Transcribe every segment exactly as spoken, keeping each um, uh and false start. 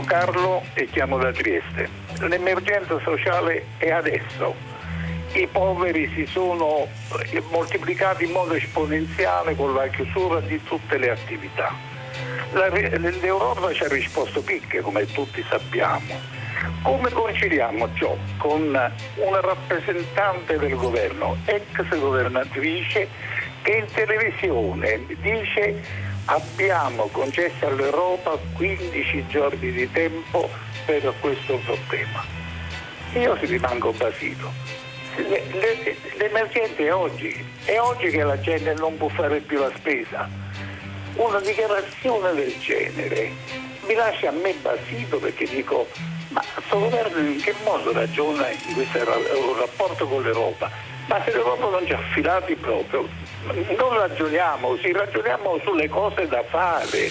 Carlo e chiamo da Trieste. L'emergenza sociale è adesso. I poveri si sono moltiplicati in modo esponenziale con la chiusura di tutte le attività. La, L'Europa ci ha risposto picche, come tutti sappiamo. Come conciliamo ciò con una rappresentante del governo, ex governatrice, che in televisione dice: abbiamo concesso all'Europa quindici giorni di tempo per questo problema? Io si rimango basito. L'emergenza è oggi, è oggi che la gente non può fare più la spesa. Una dichiarazione del genere mi lascia a me basito, perché dico: ma questo governo in che modo ragiona in questo rapporto con l'Europa? Ma se l'Europa non ci ha affilati proprio, non ragioniamo, si ragioniamo sulle cose da fare.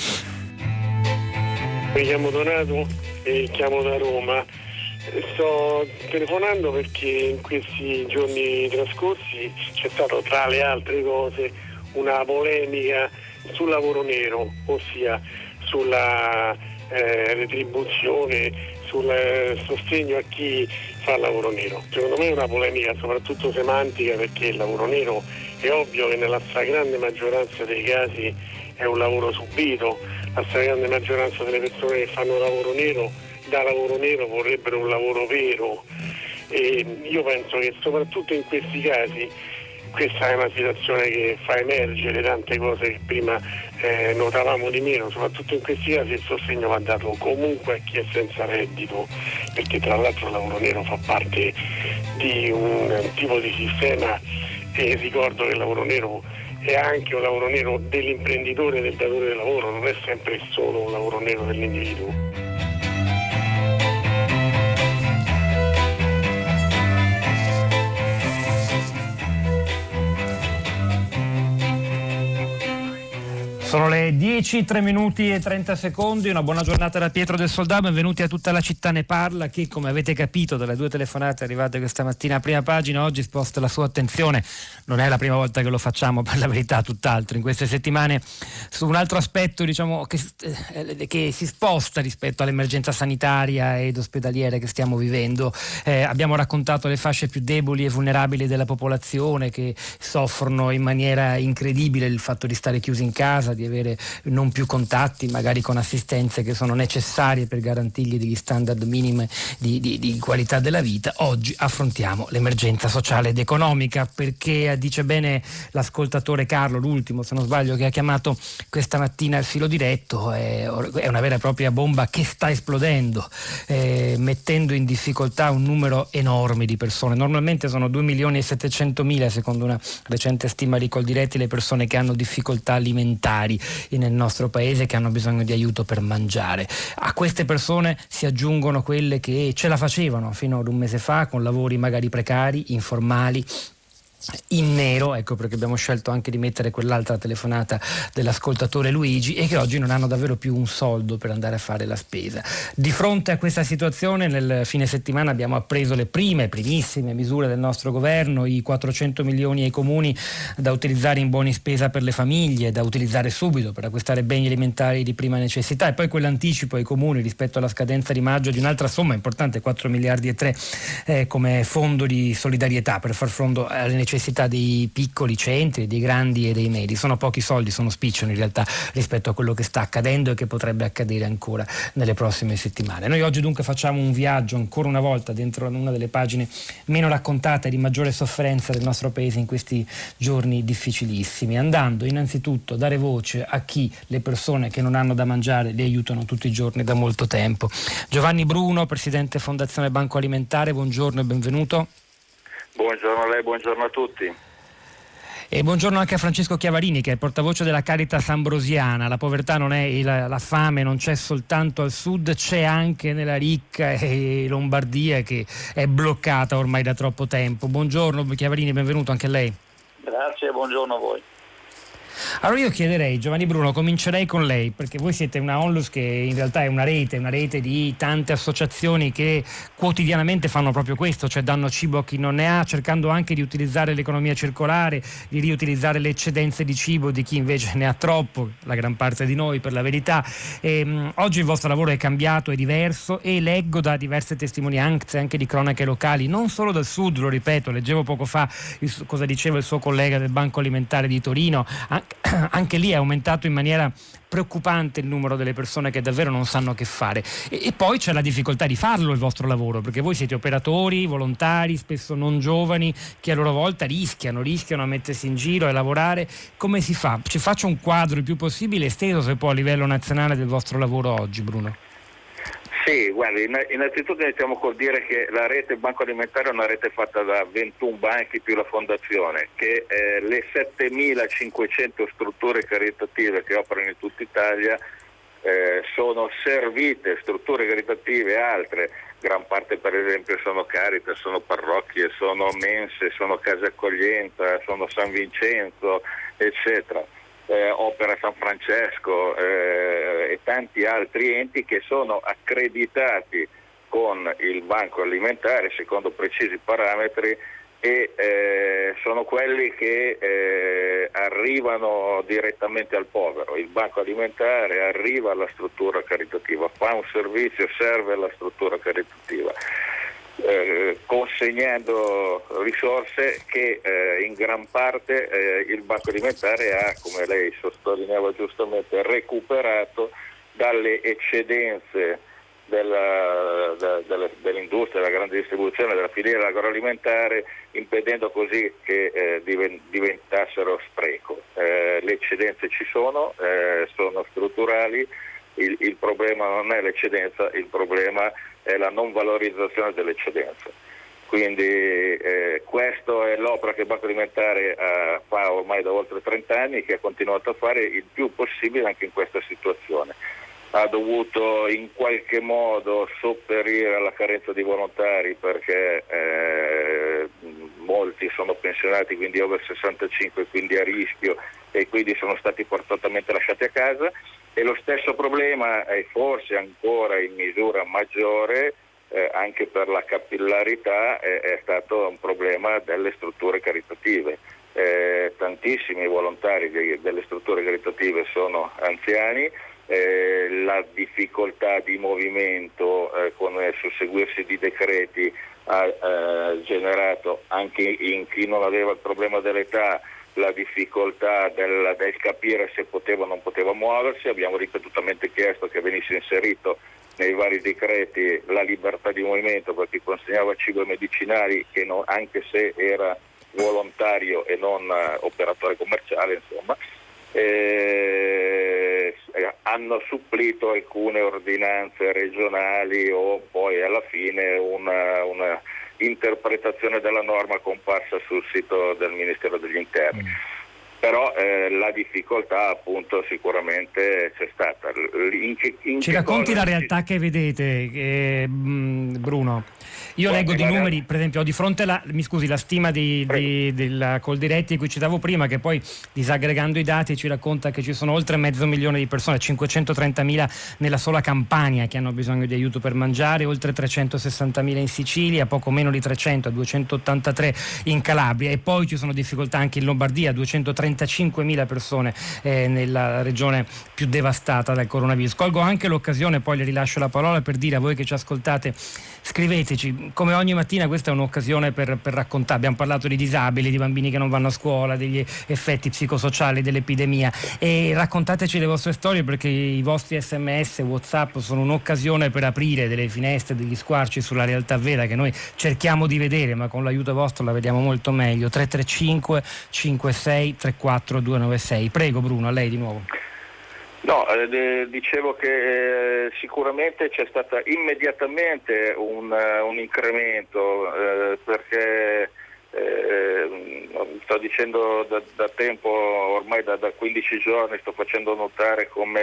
Mi chiamo Donato e chiamo da Roma. Sto telefonando perché in questi giorni trascorsi c'è stato, tra le altre cose, una polemica sul lavoro nero, ossia sulla eh, retribuzione, sul eh, sostegno a chi fa il lavoro nero. Secondo me è una polemica soprattutto semantica, perché il lavoro nero è ovvio che nella stragrande maggioranza dei casi è un lavoro subito. La stragrande maggioranza delle persone che fanno lavoro nero, da lavoro nero vorrebbero un lavoro vero, e io penso che soprattutto in questi casi questa è una situazione che fa emergere tante cose che prima eh, notavamo di meno. Soprattutto in questi casi il sostegno va dato comunque a chi è senza reddito, perché tra l'altro il lavoro nero fa parte di un, un tipo di sistema, e ricordo che il lavoro nero è anche un lavoro nero dell'imprenditore e del datore del lavoro, non è sempre solo un lavoro nero dell'individuo. Sono le dieci, tre minuti e trenta secondi, una buona giornata da Pietro del Soldà, benvenuti a Tutta la città ne parla, che come avete capito dalle due telefonate arrivate questa mattina a prima pagina, oggi sposta la sua attenzione, non è la prima volta che lo facciamo, per la verità tutt'altro, in queste settimane, su un altro aspetto, diciamo, che, eh, che si sposta rispetto all'emergenza sanitaria ed ospedaliera che stiamo vivendo. Eh, abbiamo raccontato le fasce più deboli e vulnerabili della popolazione che soffrono in maniera incredibile il fatto di stare chiusi in casa, di avere non più contatti, magari con assistenze che sono necessarie per garantirgli degli standard minimi di, di, di qualità della vita. Oggi affrontiamo l'emergenza sociale ed economica, perché dice bene l'ascoltatore Carlo, l'ultimo se non sbaglio, che ha chiamato questa mattina il filo diretto, è, è una vera e propria bomba che sta esplodendo, eh, mettendo in difficoltà un numero enorme di persone. Normalmente sono due milioni e settecentomila, secondo una recente stima di Coldiretti, le persone che hanno difficoltà alimentari nel nostro paese, che hanno bisogno di aiuto per mangiare. A queste persone si aggiungono quelle che ce la facevano fino ad un mese fa con lavori magari precari, informali, in nero, ecco perché abbiamo scelto anche di mettere quell'altra telefonata dell'ascoltatore Luigi, e che oggi non hanno davvero più un soldo per andare a fare la spesa. Di fronte a questa situazione, nel fine settimana abbiamo appreso le prime, primissime misure del nostro governo, i quattrocento milioni ai comuni da utilizzare in buoni spesa per le famiglie, da utilizzare subito per acquistare beni alimentari di prima necessità, e poi quell'anticipo ai comuni rispetto alla scadenza di maggio di un'altra somma importante, quattro miliardi e tre, eh, come fondo di solidarietà per far fronte alle necessità necessità dei piccoli centri, dei grandi e dei medi. Sono pochi soldi, sono spiccioli in realtà rispetto a quello che sta accadendo e che potrebbe accadere ancora nelle prossime settimane. Noi oggi dunque facciamo un viaggio ancora una volta dentro una delle pagine meno raccontate, di maggiore sofferenza del nostro paese in questi giorni difficilissimi, andando innanzitutto a dare voce a chi le persone che non hanno da mangiare le aiutano tutti i giorni da molto tempo. Giovanni Bruno, presidente Fondazione Banco Alimentare, buongiorno e benvenuto. Buongiorno a lei, buongiorno a tutti. E buongiorno anche a Francesco Chiavarini, che è portavoce della Caritas Ambrosiana. La povertà non è, la, la fame non c'è soltanto al sud, c'è anche nella ricca e Lombardia, che è bloccata ormai da troppo tempo. Buongiorno Chiavarini, benvenuto anche a lei. Grazie, buongiorno a voi. Allora io chiederei, Giovanni Bruno, comincerei con lei, perché voi siete una Onlus che in realtà è una rete, una rete di tante associazioni che quotidianamente fanno proprio questo, cioè danno cibo a chi non ne ha, cercando anche di utilizzare l'economia circolare, di riutilizzare le eccedenze di cibo di chi invece ne ha troppo, la gran parte di noi per la verità. E, mh, oggi il vostro lavoro è cambiato, è diverso, e leggo da diverse testimonianze anche di cronache locali, non solo dal sud, lo ripeto, leggevo poco fa il, cosa diceva il suo collega del Banco Alimentare di Torino. Anche lì è aumentato in maniera preoccupante il numero delle persone che davvero non sanno che fare, e, e poi c'è la difficoltà di farlo il vostro lavoro, perché voi siete operatori, volontari, spesso non giovani, che a loro volta rischiano, rischiano a mettersi in giro e lavorare. Come si fa? Ci faccio un quadro il più possibile esteso, se può, a livello nazionale del vostro lavoro oggi, Bruno. Sì, guardi, innanzitutto iniziamo col dire che la rete Banco Alimentare è una rete fatta da ventuno banchi più la fondazione, che eh, le settemilacinquecento strutture caritative che operano in tutta Italia eh, sono servite, strutture caritative altre, gran parte per esempio sono Caritas, sono parrocchie, sono mense, sono case accoglienza, sono San Vincenzo, eccetera. Eh, Opera San Francesco eh, e tanti altri enti che sono accreditati con il Banco Alimentare secondo precisi parametri, e eh, sono quelli che eh, arrivano direttamente al povero. Il Banco Alimentare arriva alla struttura caritativa, fa un servizio, serve alla struttura caritativa, Eh, consegnando risorse che eh, in gran parte eh, il Banco Alimentare ha, come lei sottolineava giustamente, recuperato dalle eccedenze della, da, della, dell'industria, della grande distribuzione, della filiera agroalimentare, impedendo così che eh, diventassero spreco. Eh, le eccedenze ci sono, eh, sono strutturali. Il, il problema non è l'eccedenza, il problema è la non valorizzazione dell'eccedenza. Quindi eh, questa è l'opera che il Banco Alimentare eh, fa ormai da oltre trenta anni, che ha continuato a fare il più possibile anche in questa situazione. Ha dovuto in qualche modo sopperire alla carenza di volontari, perché eh, molti sono pensionati, quindi over sessantacinque, quindi a rischio, e quindi sono stati forzatamente lasciati a casa. E lo stesso problema, e forse ancora in misura maggiore, eh, anche per la capillarità, eh, è stato un problema delle strutture caritative. Eh, tantissimi volontari de- delle strutture caritative sono anziani, eh, la difficoltà di movimento eh, con il susseguirsi di decreti ha eh, generato anche in chi non aveva il problema dell'età la difficoltà del, del capire se poteva o non poteva muoversi. Abbiamo ripetutamente chiesto che venisse inserito nei vari decreti la libertà di movimento per chi consegnava cibo e medicinali, che non, anche se era volontario e non uh, operatore commerciale, insomma. Eh, hanno supplito alcune ordinanze regionali o poi alla fine una, una interpretazione della norma comparsa sul sito del Ministero degli Interni. Mm. Però eh, la difficoltà appunto sicuramente c'è stata. In che, in Ci che racconti la realtà si... che vedete, eh, Bruno? Io Guarda, leggo di numeri, per esempio, ho di fronte la, mi scusi, la stima di, di, della Coldiretti, di cui citavo prima, che poi disaggregando i dati ci racconta che ci sono oltre mezzo milione di persone, cinquecentotrentamila nella sola Campania, che hanno bisogno di aiuto per mangiare, oltre trecentosessantamila in Sicilia, poco meno di trecento, duecentottantatré in Calabria, e poi ci sono difficoltà anche in Lombardia, duecentotrentacinquemila persone eh, nella regione più devastata dal coronavirus. Colgo anche l'occasione, poi le rilascio la parola, per dire a voi che ci ascoltate, scriveteci. Come ogni mattina questa è un'occasione per, per raccontare. Abbiamo parlato di disabili, di bambini che non vanno a scuola, degli effetti psicosociali dell'epidemia, e raccontateci le vostre storie, perché i vostri sms, WhatsApp sono un'occasione per aprire delle finestre, degli squarci sulla realtà vera che noi cerchiamo di vedere, ma con l'aiuto vostro la vediamo molto meglio. tre tre cinque cinque sei tre quattro due nove sei. Prego Bruno, a lei di nuovo. No, eh, dicevo che eh, sicuramente c'è stato immediatamente un, uh, un incremento, eh, perché eh, sto dicendo da, da tempo, ormai da, da quindici giorni, sto facendo notare come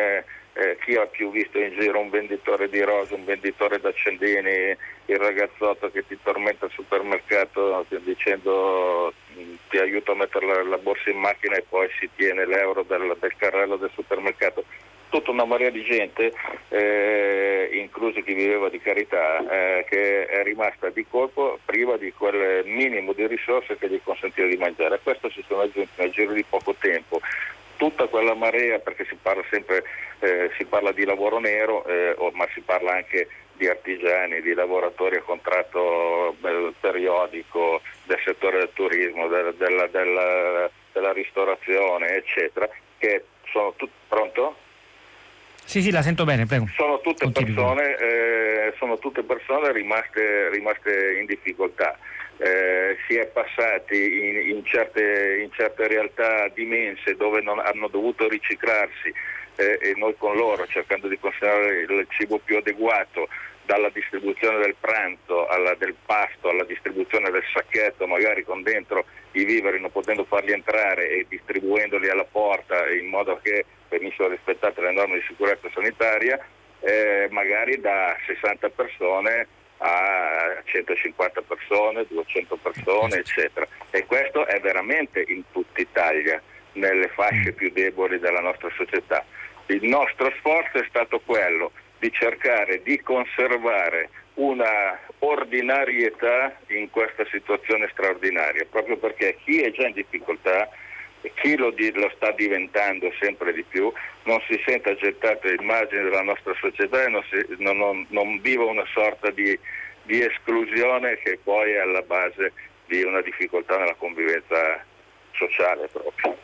eh, chi ha più visto in giro un venditore di rose, un venditore d'accendini, il ragazzotto che ti tormenta al supermercato dicendo ti aiuto a mettere la, la borsa in macchina e poi si tiene l'euro del, del carrello del supermercato. Tutta una marea di gente, eh, incluso chi viveva di carità, eh, che è rimasta di colpo priva di quel minimo di risorse che gli consentiva di mangiare. A questo si sono aggiunti nel giro di poco tempo tutta quella marea, perché si parla sempre eh, si parla di lavoro nero, eh, ma si parla anche di artigiani, di lavoratori a contratto eh, periodico del settore del turismo, del, della, della, della ristorazione, eccetera, che sono tutti pronto? Sì, sì, la sento bene, prego. Sono tutte persone, eh, sono tutte persone rimaste, rimaste in difficoltà. Eh, si è passati in, in, certe, in certe realtà dimense dove non hanno dovuto riciclarsi eh, e noi con loro cercando di consegnare il cibo più adeguato, dalla distribuzione del pranzo, alla, del pasto, alla distribuzione del sacchetto, magari con dentro i viveri non potendo farli entrare e distribuendoli alla porta in modo che venissero rispettate le norme di sicurezza sanitaria, eh, magari da sessanta persone a centocinquanta persone, duecento persone, eccetera. E questo è veramente in tutta Italia, nelle fasce più deboli della nostra società. Il nostro sforzo è stato quello di cercare di conservare una ordinarietà in questa situazione straordinaria, proprio perché chi è già in difficoltà, chi lo, di, lo sta diventando sempre di più, non si senta gettato ai margini della nostra società e non, si, non, non, non viva una sorta di, di esclusione che poi è alla base di una difficoltà nella convivenza sociale proprio.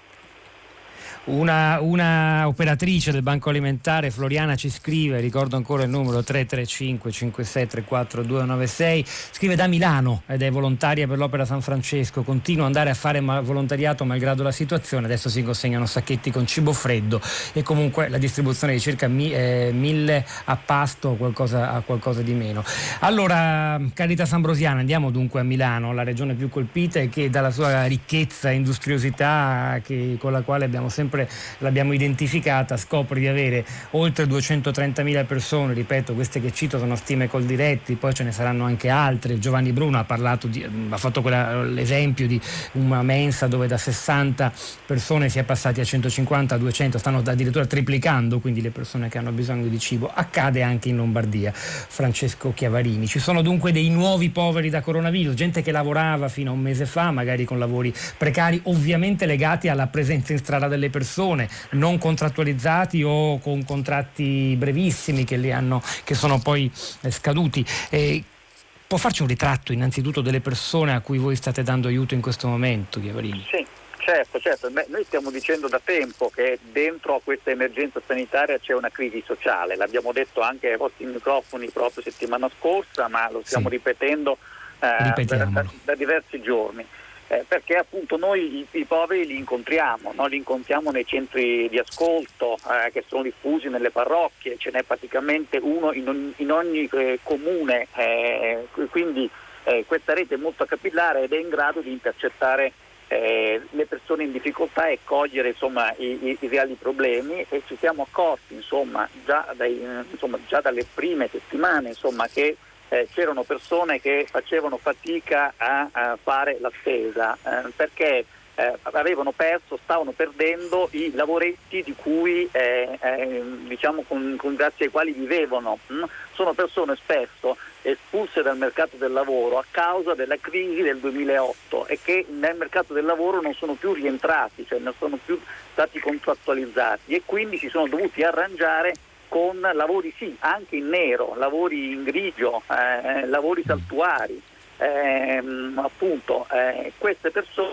Una, una operatrice del Banco Alimentare, Floriana, ci scrive, ricordo ancora il numero tre tre cinque cinque sei tre quattro due nove sei, scrive da Milano ed è volontaria per l'Opera San Francesco, continua ad andare a fare volontariato malgrado la situazione, adesso si consegnano sacchetti con cibo freddo e comunque la distribuzione di circa mi, eh, mille a pasto o qualcosa, a qualcosa di meno. Allora, Caritas Ambrosiana, andiamo dunque a Milano, la regione più colpita e che dalla sua ricchezza e industriosità che, con la quale abbiamo sempre l'abbiamo identificata, scopre di avere oltre duecentotrentamila persone, ripeto, queste che cito sono stime Coldiretti, poi ce ne saranno anche altre. Giovanni Bruno ha parlato di, ha fatto quella, l'esempio di una mensa dove da sessanta persone si è passati a centocinquanta, a duecento, stanno addirittura triplicando quindi le persone che hanno bisogno di cibo. Accade anche in Lombardia. Francesco Chiavarini. Ci sono dunque dei nuovi poveri da coronavirus, gente che lavorava fino a un mese fa magari con lavori precari, ovviamente legati alla presenza in strada delle persone, non contrattualizzati o con contratti brevissimi che, li hanno, che sono poi eh, scaduti. Eh, può farci un ritratto innanzitutto delle persone a cui voi state dando aiuto in questo momento, Chiavarini? Sì, certo, certo. Beh, noi stiamo dicendo da tempo che dentro a questa emergenza sanitaria c'è una crisi sociale, l'abbiamo detto anche ai vostri microfoni proprio settimana scorsa, ma lo stiamo sì. ripetendo eh, da, da, da diversi giorni. Eh, perché appunto noi i, i poveri li incontriamo, no? Li incontriamo nei centri di ascolto eh, che sono diffusi nelle parrocchie, ce n'è praticamente uno in, ogni, in ogni eh, comune, eh, quindi eh, questa rete è molto capillare ed è in grado di intercettare eh, le persone in difficoltà e cogliere insomma i, i, i reali problemi, e ci siamo accorti insomma già, dai, insomma già dalle prime settimane insomma che Eh, c'erano persone che facevano fatica a, a fare la spesa eh, perché eh, avevano perso, stavano perdendo i lavoretti di cui eh, eh, diciamo con, con grazie ai quali vivevano. Mm? Sono persone spesso espulse dal mercato del lavoro a causa della crisi del duemilaotto e che nel mercato del lavoro non sono più rientrati, cioè non sono più stati contrattualizzati e quindi si sono dovuti arrangiare con lavori sì, anche in nero, lavori in grigio, eh, lavori saltuari, eh, appunto eh, queste persone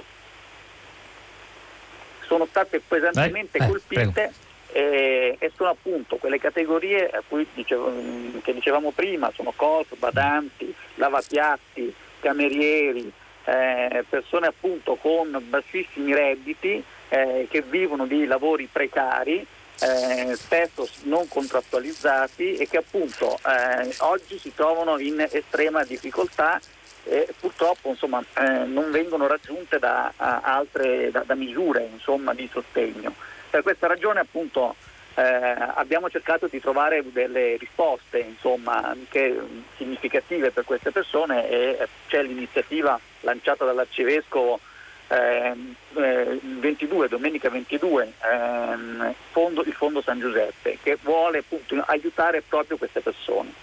sono state pesantemente eh, colpite eh, e sono appunto quelle categorie a cui dicevo, che dicevamo prima, sono coop, badanti, lavapiatti, camerieri, eh, persone appunto con bassissimi redditi eh, che vivono di lavori precari, Eh, spesso non contrattualizzati e che appunto eh, oggi si trovano in estrema difficoltà e purtroppo insomma eh, non vengono raggiunte da a altre da, da misure insomma di sostegno. Per questa ragione appunto Eh, abbiamo cercato di trovare delle risposte, insomma, anche significative per queste persone, e c'è l'iniziativa lanciata dall'Arcivescovo eh, eh, ventidue, domenica ventidue, eh, fondo, il Fondo San Giuseppe, che vuole appunto aiutare proprio queste persone.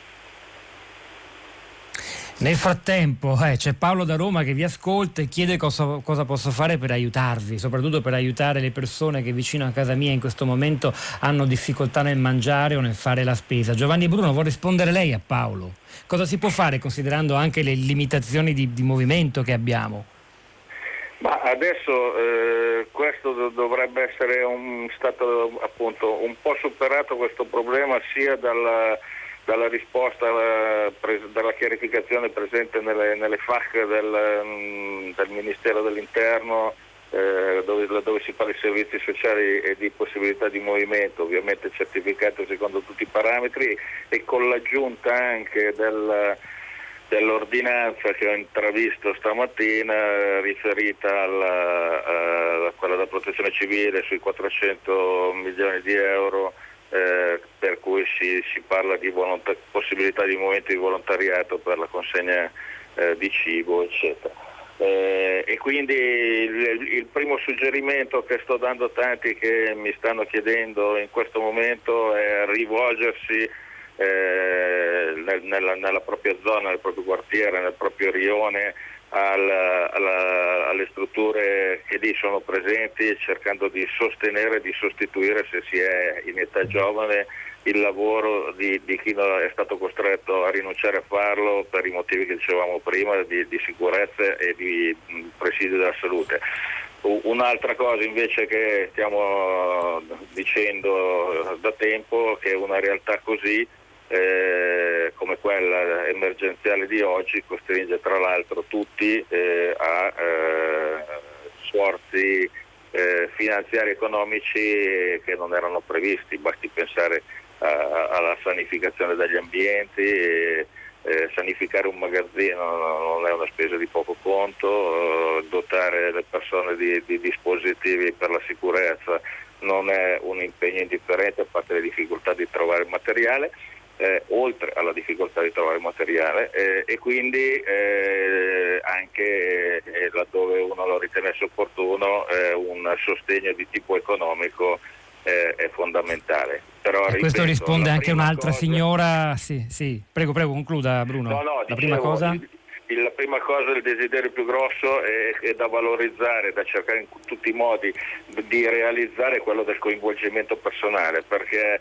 Nel frattempo eh, c'è Paolo da Roma che vi ascolta e chiede cosa, cosa posso fare per aiutarvi, soprattutto per aiutare le persone che vicino a casa mia in questo momento hanno difficoltà nel mangiare o nel fare la spesa. Giovanni Bruno, vuole rispondere lei a Paolo? Cosa si può fare considerando anche le limitazioni di, di movimento che abbiamo? Ma adesso eh, questo dovrebbe essere un, stato appunto un po' superato questo problema sia dalla dalla risposta, dalla chiarificazione presente nelle, nelle F A Q del, del Ministero dell'Interno, eh, dove, dove si parla di servizi sociali e di possibilità di movimento, ovviamente certificate secondo tutti i parametri, e con l'aggiunta anche del, dell'ordinanza che ho intravisto stamattina riferita alla, a quella della protezione civile sui quattrocento milioni di euro. Eh, per cui si, si parla di volonta- possibilità di movimento di volontariato per la consegna eh, di cibo, eccetera. Eh, e quindi il, il primo suggerimento che sto dando a tanti che mi stanno chiedendo in questo momento è rivolgersi eh, nel, nella, nella propria zona, nel proprio quartiere, nel proprio rione, Alla, alla, alle strutture che lì sono presenti, cercando di sostenere e di sostituire, se si è in età giovane, il lavoro di, di chi è stato costretto a rinunciare a farlo per i motivi che dicevamo prima di, di sicurezza e di mh, presidio della salute. Un'altra cosa invece che stiamo dicendo da tempo, che una realtà così Eh, come quella emergenziale di oggi costringe tra l'altro tutti eh, a eh, sforzi eh, finanziari economici che non erano previsti, basti pensare a, alla sanificazione degli ambienti, e, eh, sanificare un magazzino non è una spesa di poco conto, eh, dotare le persone di, di dispositivi per la sicurezza non è un impegno indifferente, a parte le difficoltà di trovare materiale. Eh, oltre alla difficoltà di trovare materiale eh, e quindi eh, anche eh, laddove uno lo ritenesse opportuno eh, un sostegno di tipo economico eh, è fondamentale. Però, ripeto, questo risponde anche un'altra cosa... signora. Sì, sì, prego, prego, concluda Bruno. No, no, la dicevo, prima cosa? Il... La prima cosa, il desiderio più grosso è, è da valorizzare, da cercare in tutti i modi di realizzare quello del coinvolgimento personale, perché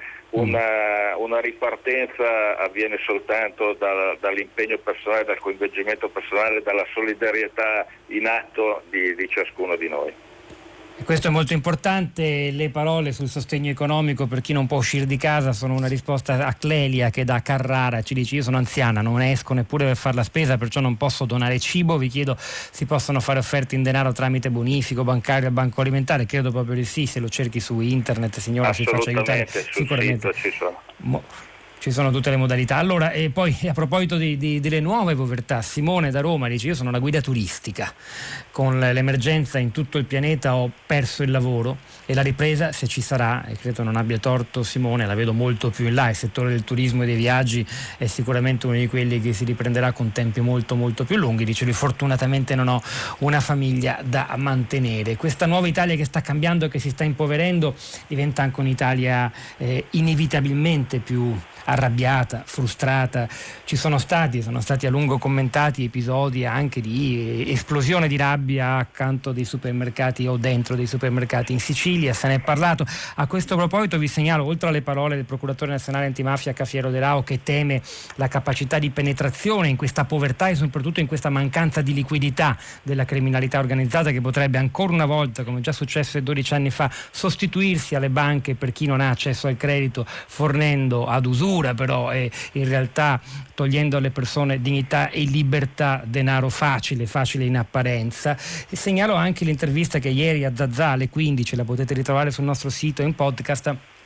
una, una ripartenza avviene soltanto da, dall'impegno personale, dal coinvolgimento personale, dalla solidarietà in atto di, di ciascuno di noi. Questo è molto importante. Le parole sul sostegno economico per chi non può uscire di casa sono una risposta a Clelia, che da Carrara ci dice: io sono anziana, non esco neppure per fare la spesa, perciò non posso donare cibo. Vi chiedo, si possono fare offerte in denaro tramite bonifico bancario al banco alimentare? Credo proprio di sì, se lo cerchi su internet, signora, si faccia aiutare sicuramente. Ci sono. Mo- Ci sono tutte le modalità. Allora, e poi a proposito di, di, delle nuove povertà, Simone da Roma dice: io sono una guida turistica, con l'emergenza in tutto il pianeta ho perso il lavoro e la ripresa, se ci sarà, e credo non abbia torto Simone, la vedo molto più in là. Il settore del turismo e dei viaggi è sicuramente uno di quelli che si riprenderà con tempi molto molto più lunghi. Dice: lui fortunatamente non ho una famiglia da mantenere. Questa nuova Italia che sta cambiando e che si sta impoverendo diventa anche un'Italia eh, inevitabilmente più arrabbiata, frustrata. Ci sono stati, sono stati a lungo commentati episodi anche di esplosione di rabbia accanto dei supermercati o dentro dei supermercati in Sicilia, se ne è parlato. A questo proposito vi segnalo, oltre alle parole del procuratore nazionale antimafia Cafiero De Rao, che teme la capacità di penetrazione in questa povertà e soprattutto in questa mancanza di liquidità della criminalità organizzata, che potrebbe ancora una volta, come già successo dodici anni fa, sostituirsi alle banche per chi non ha accesso al credito, fornendo ad usura però e in realtà togliendo alle persone dignità e libertà, denaro facile, facile in apparenza. E segnalo anche l'intervista che ieri a Zazà alle quindici, la potete ritrovare sul nostro sito in podcast,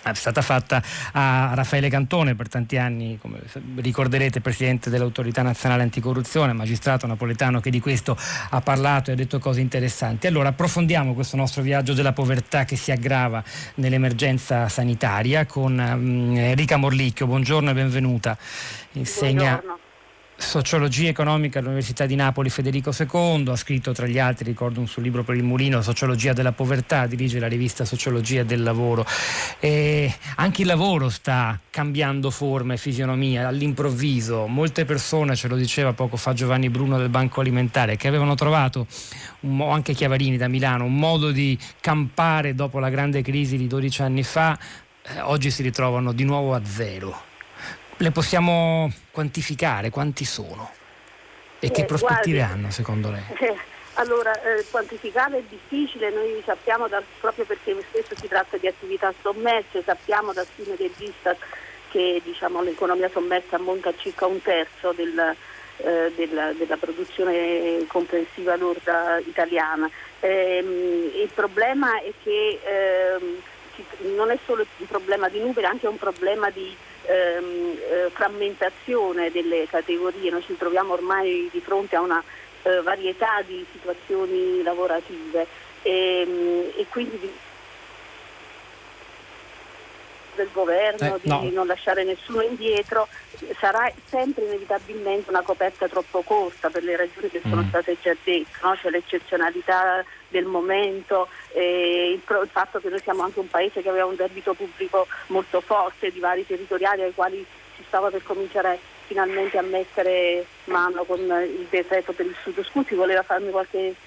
è stata fatta a Raffaele Cantone, per tanti anni, come ricorderete, presidente dell'Autorità Nazionale Anticorruzione, magistrato napoletano che di questo ha parlato e ha detto cose interessanti. Allora approfondiamo questo nostro viaggio della povertà che si aggrava nell'emergenza sanitaria con um, Enrica Morlicchio. Buongiorno e benvenuta. Insegna Buongiorno. Sociologia economica all'Università di Napoli Federico secondo, ha scritto tra gli altri, ricordo un suo libro per il Mulino, Sociologia della povertà, dirige la rivista Sociologia del lavoro. E anche il lavoro sta cambiando forma e fisionomia all'improvviso. Molte persone, ce lo diceva poco fa Giovanni Bruno del Banco Alimentare, che avevano trovato, un, anche Chiavarini da Milano, un modo di campare dopo la grande crisi di dodici anni fa, eh, oggi si ritrovano di nuovo a zero. Le possiamo quantificare? Quanti sono? E che Eh, prospettive guardi, hanno secondo lei? Eh, allora, eh, quantificare è difficile, noi sappiamo da, proprio perché spesso si tratta di attività sommerse, sappiamo da stime dell'Istat che diciamo, l'economia sommersa ammonta a circa un terzo del, eh, della, della produzione complessiva lorda italiana. Eh, il problema è che eh, non è solo un problema di numeri, è anche un problema di Ehm, eh, frammentazione delle categorie. Noi ci troviamo ormai di fronte a una eh, varietà di situazioni lavorative e, e quindi di, del governo eh, di no. non lasciare nessuno indietro sarà sempre inevitabilmente una coperta troppo corta per le ragioni che sono mm. state già dette, no? Cioè l'eccezionalità del momento, eh, il, pro, il fatto che noi siamo anche un paese che aveva un debito pubblico molto forte di vari territoriali ai quali si stava per cominciare finalmente a mettere mano con il decreto per il Sud. Scusi, voleva farmi qualche...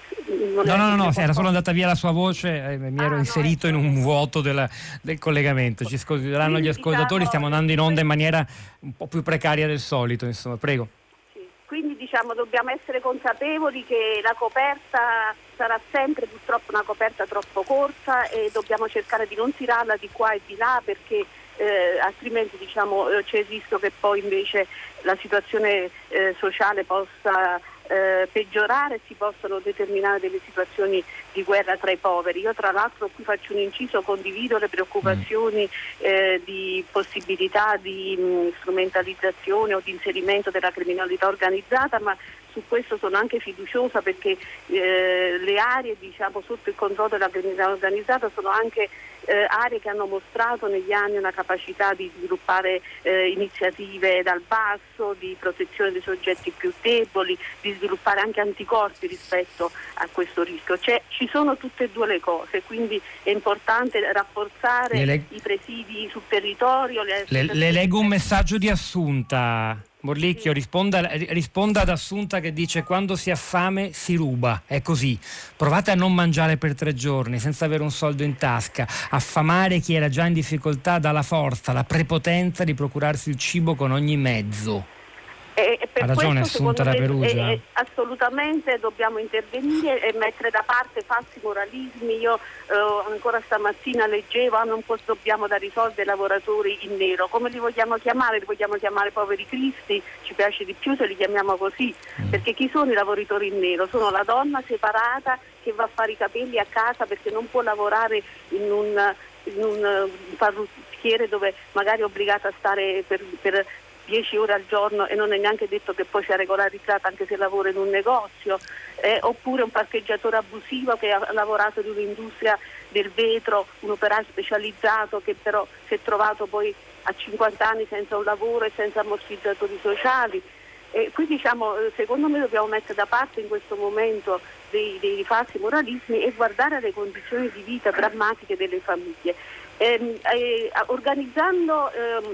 No, no, no, no, era solo andata via la sua voce, eh, mi ero ah, inserito no, ecco. in un vuoto della, del collegamento. Ci scuseranno gli ascoltatori, stiamo andando in onda in maniera un po' più precaria del solito, insomma, prego. Sì. Quindi diciamo dobbiamo essere consapevoli che la coperta sarà sempre purtroppo una coperta troppo corta e dobbiamo cercare di non tirarla di qua e di là perché eh, altrimenti diciamo eh, c'è il rischio che poi invece la situazione eh, sociale possa Eh, peggiorare, si possono determinare delle situazioni di guerra tra i poveri. Io tra l'altro qui faccio un inciso, condivido le preoccupazioni eh, di possibilità di mh, strumentalizzazione o di inserimento della criminalità organizzata, ma su questo sono anche fiduciosa perché eh, le aree diciamo sotto il controllo della criminalità organizzata sono anche eh, aree che hanno mostrato negli anni una capacità di sviluppare eh, iniziative dal basso, di protezione dei soggetti più deboli, di sviluppare anche anticorpi rispetto a questo rischio. Cioè, ci sono tutte e due le cose, quindi è importante rafforzare leg- i presidi sul territorio. Le, le, le leggo un messaggio di Assunta. Morlicchio, risponda, risponda ad Assunta che dice: quando si ha fame si ruba, è così. Provate a non mangiare per tre giorni senza avere un soldo in tasca. Affamare chi era già in difficoltà dà la forza, la prepotenza di procurarsi il cibo con ogni mezzo. E, e per ha ragione questo, Assunta da me, Perugia. è, è, assolutamente dobbiamo intervenire e mettere da parte falsi moralismi. Io eh, ancora stamattina leggevo ah, non dobbiamo dare i soldi ai lavoratori in nero. Come li vogliamo chiamare? Li vogliamo chiamare poveri cristi? Ci piace di più se li chiamiamo così, mm. perché chi sono i lavoratori in nero? Sono la donna separata che va a fare i capelli a casa perché non può lavorare in un, in un parrucchiere dove magari è obbligata a stare per, per dieci ore al giorno e non è neanche detto che poi sia regolarizzata anche se lavora in un negozio, eh, oppure un parcheggiatore abusivo che ha lavorato in un'industria del vetro, un operaio specializzato che però si è trovato poi a cinquanta anni senza un lavoro e senza ammortizzatori sociali. E qui diciamo, secondo me dobbiamo mettere da parte in questo momento dei, dei falsi moralismi e guardare alle condizioni di vita drammatiche delle famiglie. E, e, organizzando ehm,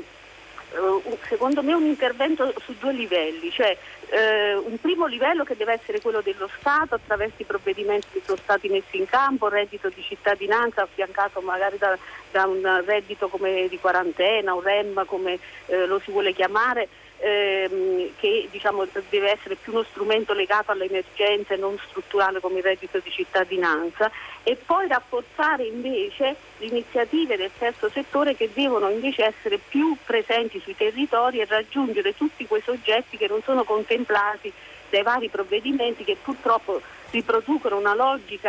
secondo me un intervento su due livelli, cioè eh, un primo livello che deve essere quello dello Stato attraverso i provvedimenti che sono stati messi in campo, reddito di cittadinanza affiancato magari da, da un reddito come di quarantena, un R E M come eh, lo si vuole chiamare, ehm, che diciamo deve essere più uno strumento legato alle emergenze, non strutturale come il reddito di cittadinanza, e poi rafforzare invece le iniziative del terzo settore che devono invece essere più presenti sui territori e raggiungere tutti quei soggetti che non sono contemplati dai vari provvedimenti che purtroppo riproducono una logica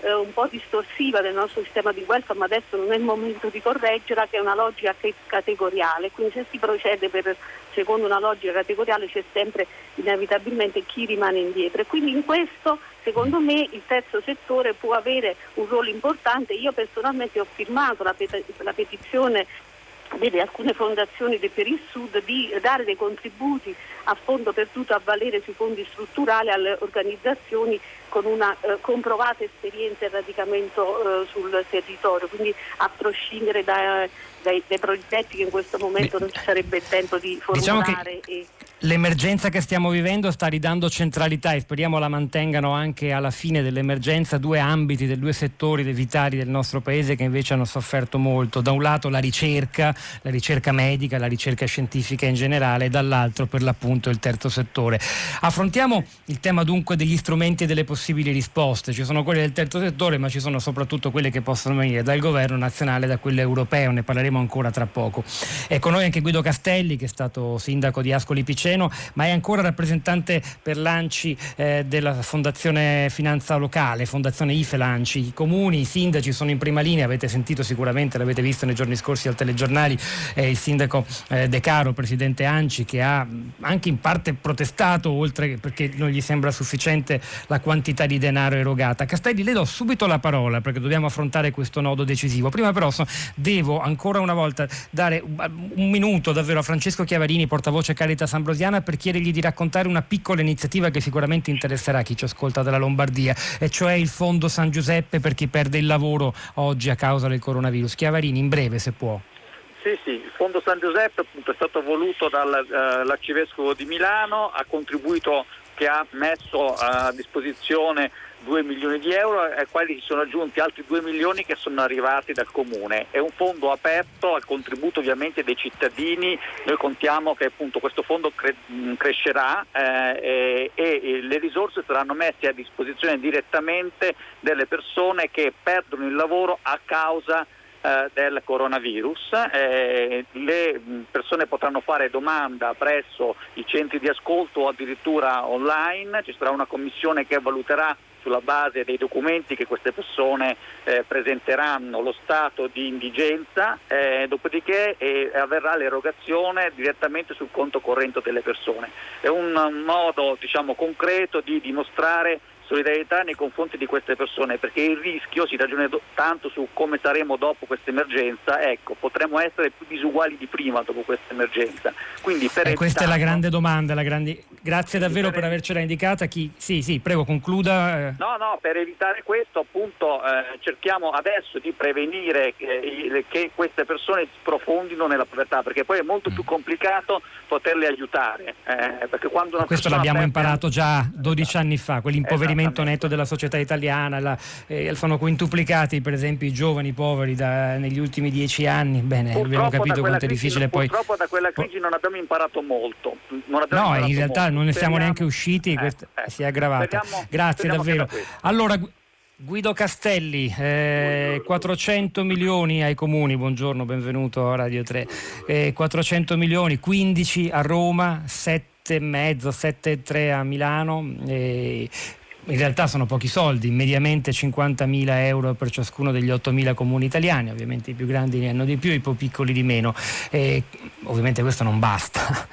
eh, un po' distorsiva del nostro sistema di welfare, ma adesso non è il momento di correggerla, che è una logica che- categoriale. Quindi se si procede per, secondo una logica categoriale c'è sempre inevitabilmente chi rimane indietro, e quindi in questo secondo me il terzo settore può avere un ruolo importante. Io personalmente ho firmato la, pet- la petizione delle alcune fondazioni de- per il Sud di dare dei contributi a fondo perduto a valere sui fondi strutturali alle organizzazioni con una eh, comprovata esperienza e radicamento eh, sul territorio, quindi a prescindere da, dai, dai progetti che in questo momento non ci sarebbe il tempo di formulare. Diciamo che e... l'emergenza che stiamo vivendo sta ridando centralità, e speriamo la mantengano anche alla fine dell'emergenza, due ambiti, dei due settori vitali del nostro paese che invece hanno sofferto molto. Da un lato la ricerca, la ricerca medica, la ricerca scientifica in generale, e dall'altro per l'appunto il terzo settore. Affrontiamo il tema dunque degli strumenti e delle possibili risposte. Ci sono quelle del terzo settore, ma ci sono soprattutto quelle che possono venire dal governo nazionale e da quello europeo, ne parleremo ancora tra poco. È con noi anche Guido Castelli, che è stato sindaco di Ascoli Piceno, ma è ancora rappresentante per l'ANCI eh, della Fondazione Finanza Locale, Fondazione I F E l'ANCI. I comuni, i sindaci sono in prima linea, avete sentito sicuramente, l'avete visto nei giorni scorsi al telegiornali, eh, il sindaco eh, De Caro, presidente ANCI, che ha anche in parte protestato, oltre che perché non gli sembra sufficiente la quantità di denaro erogata. Castelli, le do subito la parola perché dobbiamo affrontare questo nodo decisivo. Prima però so, devo ancora una volta dare un minuto davvero a Francesco Chiavarini, portavoce Caritas Ambrosiana, per chiedergli di raccontare una piccola iniziativa che sicuramente interesserà chi ci ascolta dalla Lombardia, e cioè il Fondo San Giuseppe per chi perde il lavoro oggi a causa del coronavirus. Chiavarini, in breve se può. Sì, sì, il Fondo San Giuseppe appunto è stato voluto dall'Arcivescovo di Milano, ha contribuito, che ha messo a disposizione due milioni di euro, ai quali si sono aggiunti altri due milioni che sono arrivati dal Comune. È un fondo aperto al contributo ovviamente dei cittadini. Noi contiamo che appunto questo fondo cre- crescerà eh, e, e le risorse saranno messe a disposizione direttamente delle persone che perdono il lavoro a causa eh, del coronavirus. Eh, le persone potranno fare domanda presso i centri di ascolto o addirittura online. Ci sarà una commissione che valuterà sulla base dei documenti che queste persone eh, presenteranno lo stato di indigenza, eh, dopodiché eh, avverrà l'erogazione direttamente sul conto corrente delle persone. È un, un modo, diciamo, concreto di dimostrare solidarietà nei confronti di queste persone, perché il rischio, si ragiona do- tanto su come saremo dopo questa emergenza, ecco, potremmo essere più disuguali di prima dopo questa emergenza. Quindi per eh, questa è la grande domanda, la grandi... grazie Quindi davvero per... per avercela indicata. Chi... Sì, sì, prego, concluda. No, no, per evitare questo appunto eh, cerchiamo adesso di prevenire che, che queste persone sprofondino nella povertà, perché poi è molto più complicato poterle aiutare. Eh, perché quando una Questo persona l'abbiamo perde... imparato già dodici anni fa, quell'impoverimento netto della società italiana, la, eh, sono quintuplicati per esempio i giovani poveri da, negli ultimi dieci anni. Bene, Purtroppo abbiamo capito quanto è crisi, difficile poi. Purtroppo da quella crisi non abbiamo imparato molto. Non abbiamo no, imparato in realtà molto. non ne siamo Speriamo... neanche usciti, eh, questa eh. si è aggravata. Speriamo, Grazie speriamo davvero. Allora, Guido Castelli, eh, quattrocento milioni ai comuni, buongiorno, benvenuto a Radio tre, eh, quattrocento milioni, quindici a Roma, sette e mezzo, sette e tre a Milano. Eh, in realtà sono pochi soldi, mediamente cinquantamila euro per ciascuno degli ottomila comuni italiani, ovviamente i più grandi ne hanno di più, i più piccoli di meno. Eh, ovviamente questo non basta.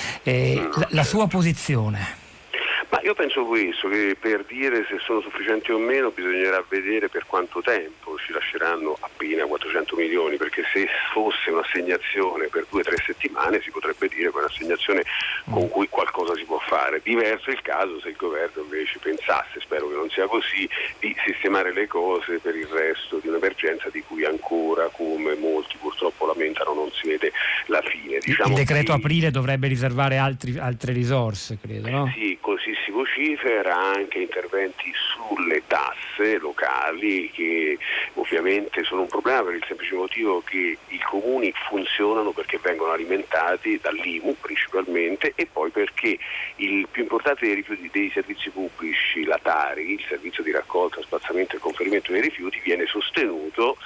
Eh, la, la sua posizione? Ma io penso questo, che per dire se sono sufficienti o meno bisognerà vedere per quanto tempo ci lasceranno appena quattrocento milioni, perché se fosse un'assegnazione per due o tre settimane si potrebbe dire che è un'assegnazione con cui qualcosa si può fare. Diverso il caso se il governo invece pensasse, spero che non sia così, di sistemare le cose per il resto di un'emergenza di cui ancora, come molti purtroppo lamentano, non si vede la fine. Diciamo il decreto che... aprile dovrebbe riservare altri, altre risorse, credo, no? Sì, così si vocifera, anche interventi sulle tasse locali che ovviamente sono un problema per il semplice motivo che i comuni funzionano perché vengono alimentati dall'I M U principalmente, e poi perché il più importante dei rifiuti, dei servizi pubblici, la Tari, il servizio di raccolta, spazzamento e conferimento dei rifiuti, viene sostenuto, senza che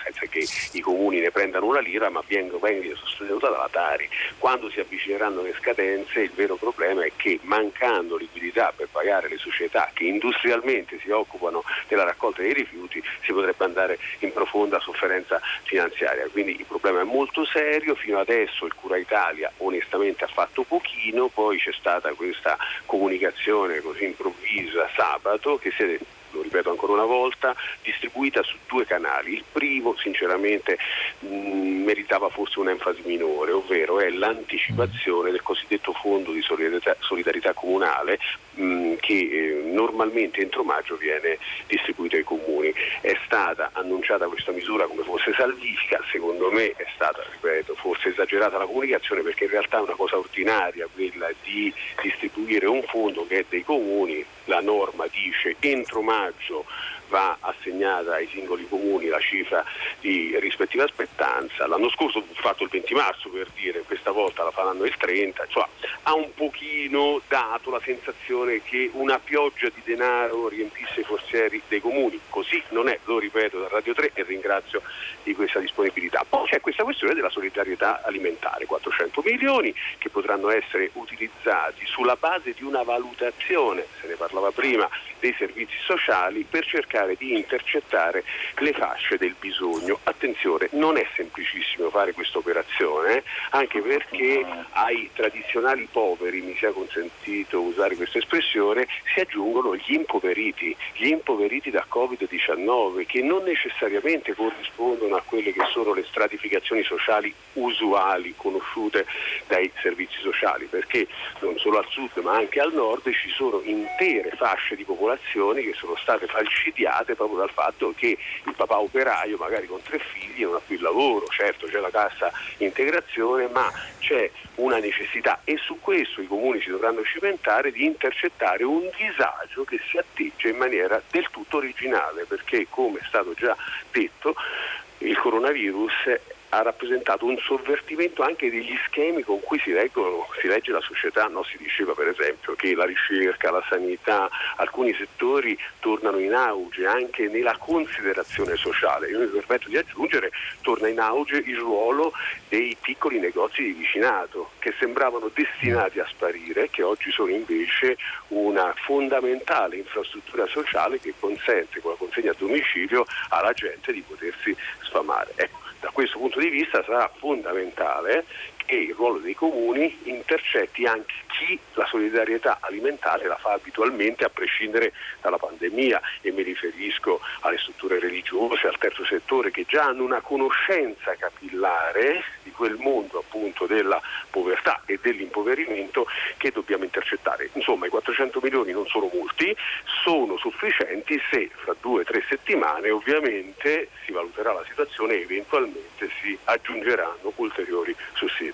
che i comuni ne prendano una lira, ma vengono, vengono sostenuta dalla Tari. Quando si avvicineranno le scadenze, il vero problema è che mancando liquidità per pagare le società che industrialmente si occupano della raccolta dei rifiuti, si potrebbe andare in profonda sofferenza finanziaria. Quindi il problema è molto serio. Fino adesso il Cura Italia onestamente ha fatto pochino, poi c'è stata questa comunicazione così improvvisa sabato che si è, lo ripeto ancora una volta, distribuita su due canali. Il primo sinceramente mh, meritava forse un'enfasi minore, ovvero è l'anticipazione del cosiddetto fondo di solidarietà, solidarietà comunale mh, che eh, normalmente entro maggio viene distribuito ai comuni. È stata annunciata questa misura come fosse salvifica, secondo me è stata, ripeto, forse esagerata la comunicazione, perché in realtà è una cosa ordinaria quella di distribuire un fondo che è dei comuni. La norma dice entro maggio va assegnata ai singoli comuni la cifra di rispettiva spettanza. L'anno scorso fu fatto il venti marzo, per dire, questa volta la faranno il trenta, cioè ha un pochino dato la sensazione che una pioggia di denaro riempisse i forzieri dei comuni. Così non è, lo ripeto da Radio tre e ringrazio di questa disponibilità. Poi c'è questa questione della solidarietà alimentare, quattrocento milioni che potranno essere utilizzati sulla base di una valutazione, se ne parlava prima, dei servizi sociali per cercare di intercettare le fasce del bisogno. Attenzione, non è semplicissimo fare questa operazione, eh? anche perché ai tradizionali poveri, mi sia consentito usare questa espressione, si aggiungono gli impoveriti, gli impoveriti da covid diciannove, che non necessariamente corrispondono a quelle che sono le stratificazioni sociali usuali conosciute dai servizi sociali, perché non solo al sud ma anche al nord ci sono intere fasce di popolazione che sono state falcidiate proprio dal fatto che il papà operaio, magari con tre figli, non ha più il lavoro. Certo, c'è la cassa integrazione, ma c'è una necessità, e su questo i comuni si dovranno cimentare, di intercettare un disagio che si atteggia in maniera del tutto originale, perché, come è stato già detto, il coronavirus ha rappresentato un sovvertimento anche degli schemi con cui si, leggono, si legge la società. No? Si diceva per esempio che la ricerca, la sanità, alcuni settori tornano in auge anche nella considerazione sociale. Io mi permetto di aggiungere, torna in auge il ruolo dei piccoli negozi di vicinato, che sembravano destinati a sparire, che oggi sono invece una fondamentale infrastruttura sociale che consente, con la consegna a domicilio, alla gente di potersi sfamare. Ecco, da questo punto di vista sarà fondamentale che il ruolo dei comuni intercetti anche chi la solidarietà alimentare la fa abitualmente, a prescindere dalla pandemia, e mi riferisco alle strutture religiose, al terzo settore, che già hanno una conoscenza capillare di quel mondo appunto della povertà e dell'impoverimento che dobbiamo intercettare. Insomma, i quattrocento milioni non sono molti, sono sufficienti se fra due o tre settimane ovviamente si valuterà la situazione e eventualmente si aggiungeranno ulteriori sussidi.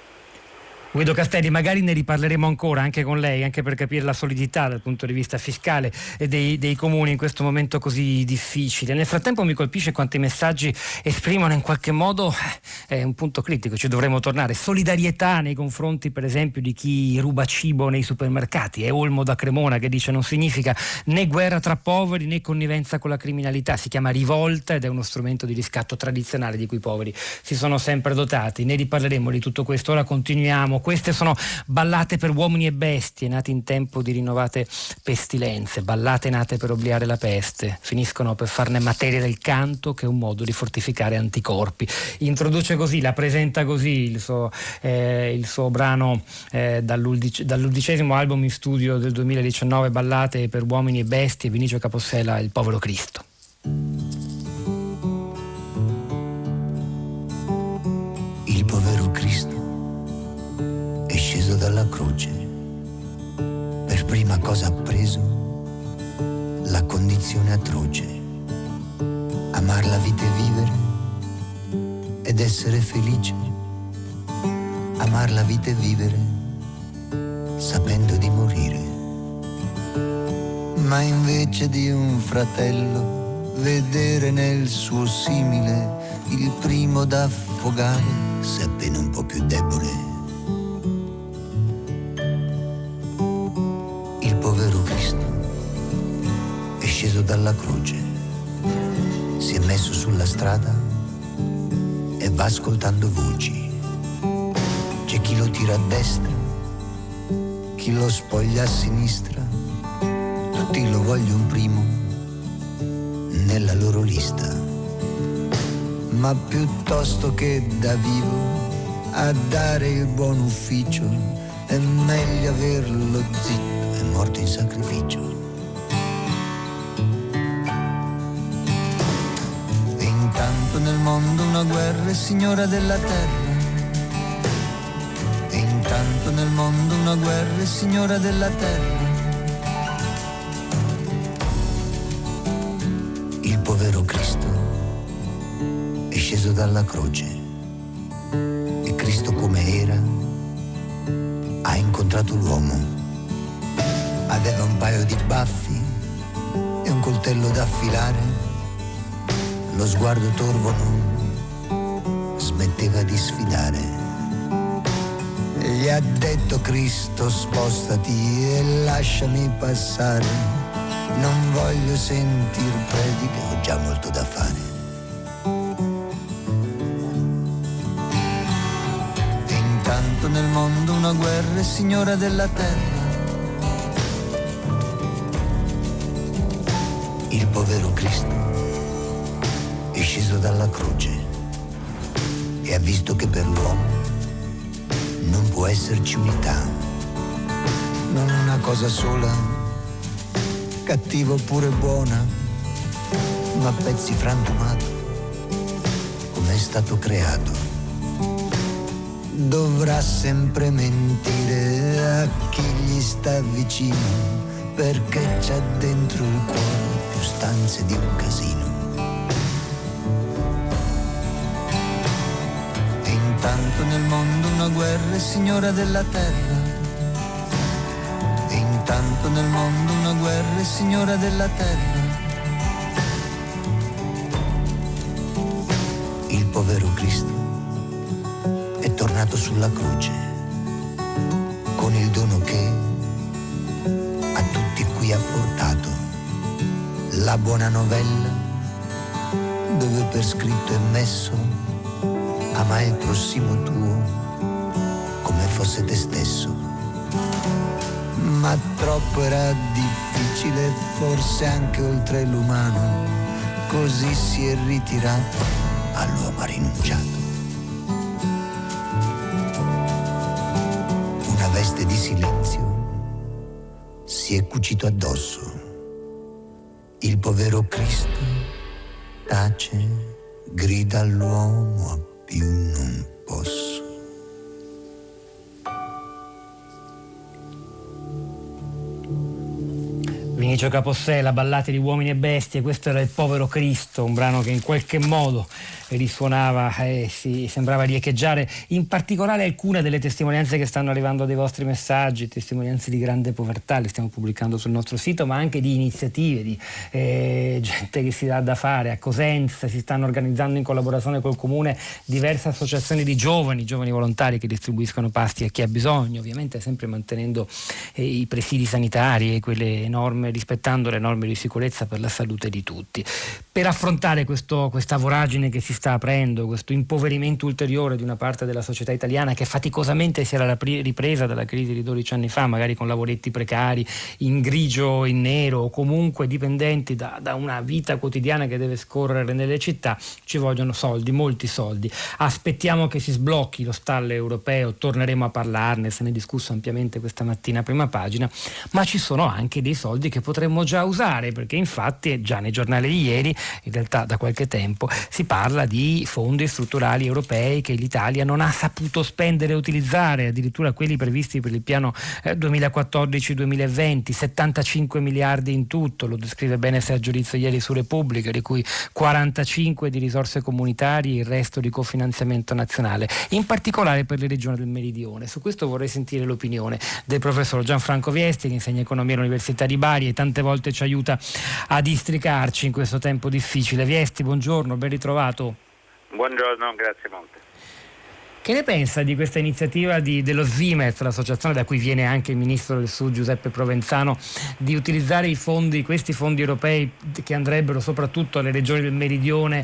Guido Castelli, magari ne riparleremo ancora anche con lei, anche per capire la solidità dal punto di vista fiscale dei, dei comuni in questo momento così difficile. Nel frattempo mi colpisce quanti messaggi esprimono in qualche modo eh, un punto critico, ci dovremmo tornare. Solidarietà nei confronti per esempio di chi ruba cibo nei supermercati. È Olmo da Cremona che dice: non significa né guerra tra poveri né connivenza con la criminalità, si chiama rivolta ed è uno strumento di riscatto tradizionale di cui i poveri si sono sempre dotati. Ne riparleremo di tutto questo, ora continuiamo. Queste sono ballate per uomini e bestie, nate in tempo di rinnovate pestilenze, ballate nate per obliare la peste, finiscono per farne materia del canto, che è un modo di fortificare anticorpi. Introduce così, la presenta così il suo, eh, il suo brano eh, dall'undic- dall'undicesimo album in studio del duemiladiciannove, Ballate per uomini e bestie, Vinicio Capossela, Il povero Cristo. Il povero Cristo è sceso dalla croce, per prima cosa ha preso la condizione atroce, amar la vita e vivere ed essere felice, amar la vita e vivere sapendo di morire, ma invece di un fratello vedere nel suo simile il primo da affogare, se appena un po' più debole. Povero Cristo è sceso dalla croce, si è messo sulla strada e va ascoltando voci. C'è chi lo tira a destra, chi lo spoglia a sinistra, tutti lo vogliono primo nella loro lista. Ma piuttosto che da vivo a dare il buon ufficio, è meglio averlo zitto e morto in sacrificio. E intanto nel mondo una guerra è signora della terra. E intanto nel mondo una guerra è signora della terra. Il povero Cristo è sceso dalla croce e Cristo come era ha incontrato l'uomo. Aveva un paio di baffi e un coltello da affilare, lo sguardo torvo non smetteva di sfidare. Gli ha detto Cristo spostati e lasciami passare, non voglio sentir prediche, ho già molto da fare. E intanto nel mondo una guerra è signora della terra. Il povero Cristo è sceso dalla croce e ha visto che per l'uomo non può esserci unità, non una cosa sola, cattiva oppure buona, ma pezzi frantumato, come è stato creato. Dovrà sempre mentire a chi gli sta vicino, perché c'ha dentro il cuore più stanze di un casino. E intanto nel mondo una guerra è signora della terra. E intanto nel mondo una guerra è signora della terra. Il povero Cristo è tornato sulla croce con il dono che a tutti qui ha portato, la buona novella dove per scritto è messo: ama il prossimo tuo come fosse te stesso. Ma troppo era difficile, forse anche oltre l'umano, così si è ritirato, all'uomo ha rinunciato. Una veste di silenzio si è cucito addosso. Il povero Cristo tace, grida all'uomo, a più non posso. Vinicio Capossela, Ballate di uomini e bestie, questo era Il povero Cristo, un brano che in qualche modo risuonava e si sembrava riecheggiare in particolare alcune delle testimonianze che stanno arrivando dai vostri messaggi, testimonianze di grande povertà, le stiamo pubblicando sul nostro sito, ma anche di iniziative, di eh, gente che si dà da fare. A Cosenza si stanno organizzando in collaborazione col comune diverse associazioni di giovani, giovani volontari che distribuiscono pasti a chi ha bisogno, ovviamente sempre mantenendo eh, i presidi sanitari e quelle norme, rispettando le norme di sicurezza per la salute di tutti. Per affrontare questo, questa voragine che si sta aprendo, questo impoverimento ulteriore di una parte della società italiana che faticosamente si era ripresa dalla crisi di dodici anni fa, magari con lavoretti precari, in grigio, in nero, o comunque dipendenti da, da una vita quotidiana che deve scorrere nelle città, ci vogliono soldi, molti soldi. Aspettiamo che si sblocchi lo stallo europeo, torneremo a parlarne, se ne è discusso ampiamente questa mattina a Prima Pagina, ma ci sono anche dei soldi che potremmo già usare, perché infatti già nei giornali di ieri, in realtà da qualche tempo, si parla di fondi strutturali europei che l'Italia non ha saputo spendere e utilizzare, addirittura quelli previsti per il piano eh, duemilaquattordici duemilaventi, settantacinque miliardi in tutto, lo descrive bene Sergio Rizzo ieri su Repubblica, di cui quarantacinque di risorse comunitarie, il resto di cofinanziamento nazionale, in particolare per le regioni del Meridione. Su questo vorrei sentire l'opinione del professor Gianfranco Viesti, che insegna economia all'Università di Bari e tante volte ci aiuta a districarci in questo tempo difficile. Viesti, buongiorno, ben ritrovato. Buongiorno, grazie molte. Che ne pensa di questa iniziativa di, dello Svimez, l'associazione da cui viene anche il ministro del Sud Giuseppe Provenzano, di utilizzare i fondi, questi fondi europei che andrebbero soprattutto alle regioni del Meridione,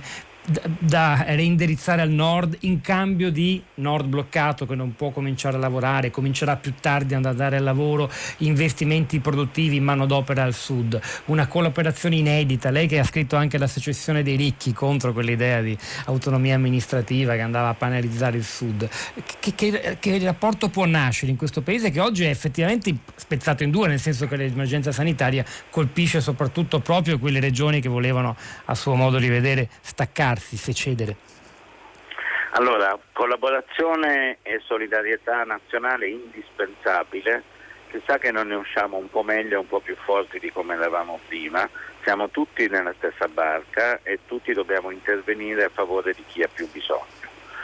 da reindirizzare al nord in cambio di nord bloccato che non può cominciare a lavorare, comincerà più tardi ad andare al lavoro, investimenti produttivi, manodopera al sud, una collaborazione inedita. Lei che ha scritto anche la secessione dei ricchi contro quell'idea di autonomia amministrativa che andava a penalizzare il sud, che, che, che rapporto può nascere in questo paese che oggi è effettivamente spezzato in due, nel senso che l'emergenza sanitaria colpisce soprattutto proprio quelle regioni che volevano a suo modo di vedere staccarsi, secedere? Allora, collaborazione e solidarietà nazionale indispensabile. Si sa che non ne usciamo un po' meglio e un po' più forti di come eravamo prima, siamo tutti nella stessa barca e tutti dobbiamo intervenire a favore di chi ha più bisogno.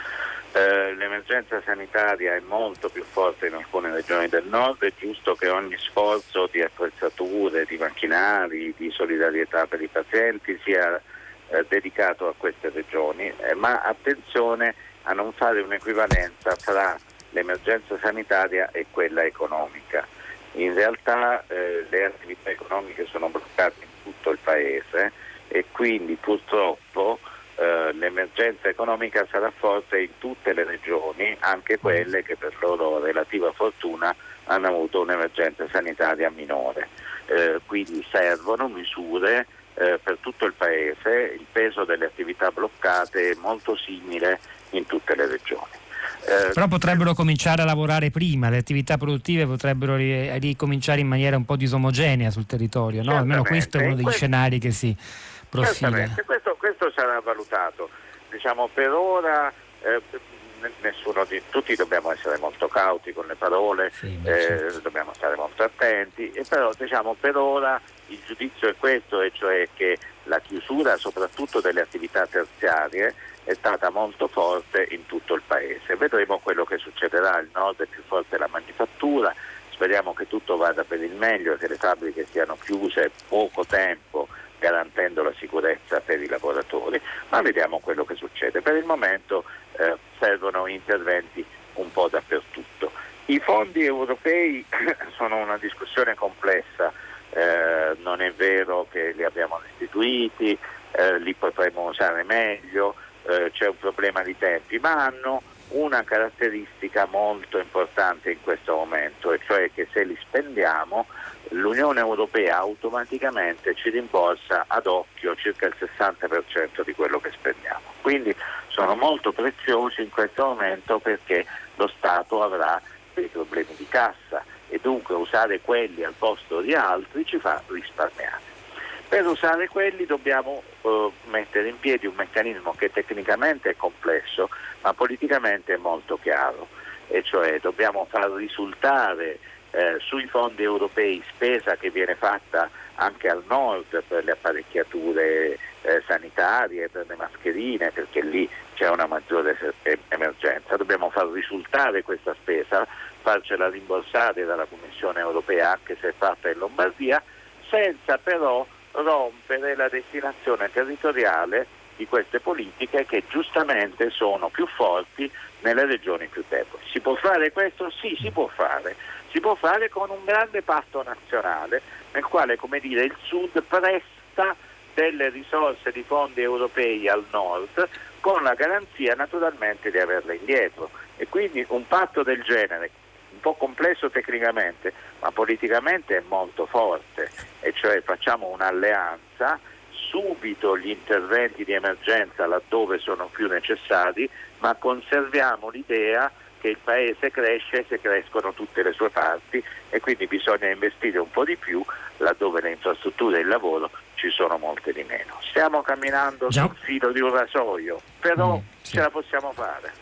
Eh, l'emergenza sanitaria è molto più forte in alcune regioni del nord, è giusto che ogni sforzo di attrezzature, di macchinari, di solidarietà per i pazienti sia eh, dedicato a queste regioni, eh, ma attenzione a non fare un'equivalenza tra l'emergenza sanitaria e quella economica. In realtà eh, le attività economiche sono bloccate in tutto il paese e quindi purtroppo eh, l'emergenza economica sarà forte in tutte le regioni, anche quelle che per loro relativa fortuna hanno avuto un'emergenza sanitaria minore. Eh, quindi servono misure eh, per tutto il paese, il peso delle attività bloccate è molto simile in tutte le regioni. Eh, Però potrebbero cominciare a lavorare prima, le attività produttive potrebbero ri- ricominciare in maniera un po' disomogenea sul territorio, no? Almeno questo è uno degli questo, scenari che si profila. Questo, questo sarà valutato. Diciamo per ora eh, nessuno di tutti dobbiamo essere molto cauti con le parole, sì, beh, certo. eh, dobbiamo stare molto attenti, e però diciamo per ora il giudizio è questo, e cioè che la chiusura soprattutto delle attività terziarie è stata molto forte in tutto il paese. Vedremo quello che succederà. Il nord è più forte la manifattura, speriamo che tutto vada per il meglio e che le fabbriche siano chiuse poco tempo, garantendo la sicurezza per i lavoratori, ma vediamo quello che succede. Per il momento eh, servono interventi un po' dappertutto. I fondi europei sono una discussione complessa, eh, non è vero che li abbiamo restituiti, eh, li potremmo usare meglio, eh, c'è un problema di tempi, ma hanno una caratteristica molto importante in questo momento, e cioè che se li spendiamo l'Unione Europea automaticamente ci rimborsa ad occhio circa il sessanta per cento di quello che spendiamo. Quindi sono molto preziosi in questo momento perché lo Stato avrà dei problemi di cassa e dunque usare quelli al posto di altri ci fa risparmiare. Per usare quelli dobbiamo eh, mettere in piedi un meccanismo che tecnicamente è complesso ma politicamente è molto chiaro, e cioè dobbiamo far risultare eh, sui fondi europei spesa che viene fatta anche al nord per le apparecchiature eh, sanitarie, per le mascherine, perché lì c'è una maggiore emergenza. Dobbiamo far risultare questa spesa, farcela rimborsare dalla Commissione europea anche se è fatta in Lombardia, senza però rompere la destinazione territoriale di queste politiche che giustamente sono più forti nelle regioni più deboli. Si può fare questo? Sì, si può fare. Si può fare con un grande patto nazionale nel quale, come dire, il Sud presta delle risorse di fondi europei al Nord con la garanzia naturalmente di averle indietro, e quindi un patto del genere, un po' complesso tecnicamente ma politicamente è molto forte, e cioè facciamo un'alleanza, subito gli interventi di emergenza laddove sono più necessari, ma conserviamo l'idea che il paese cresce se crescono tutte le sue parti, e quindi bisogna investire un po' di più laddove le infrastrutture e il lavoro ci sono molte di meno. Stiamo camminando Gian... sul filo di un rasoio, però mm, sì. ce la possiamo fare.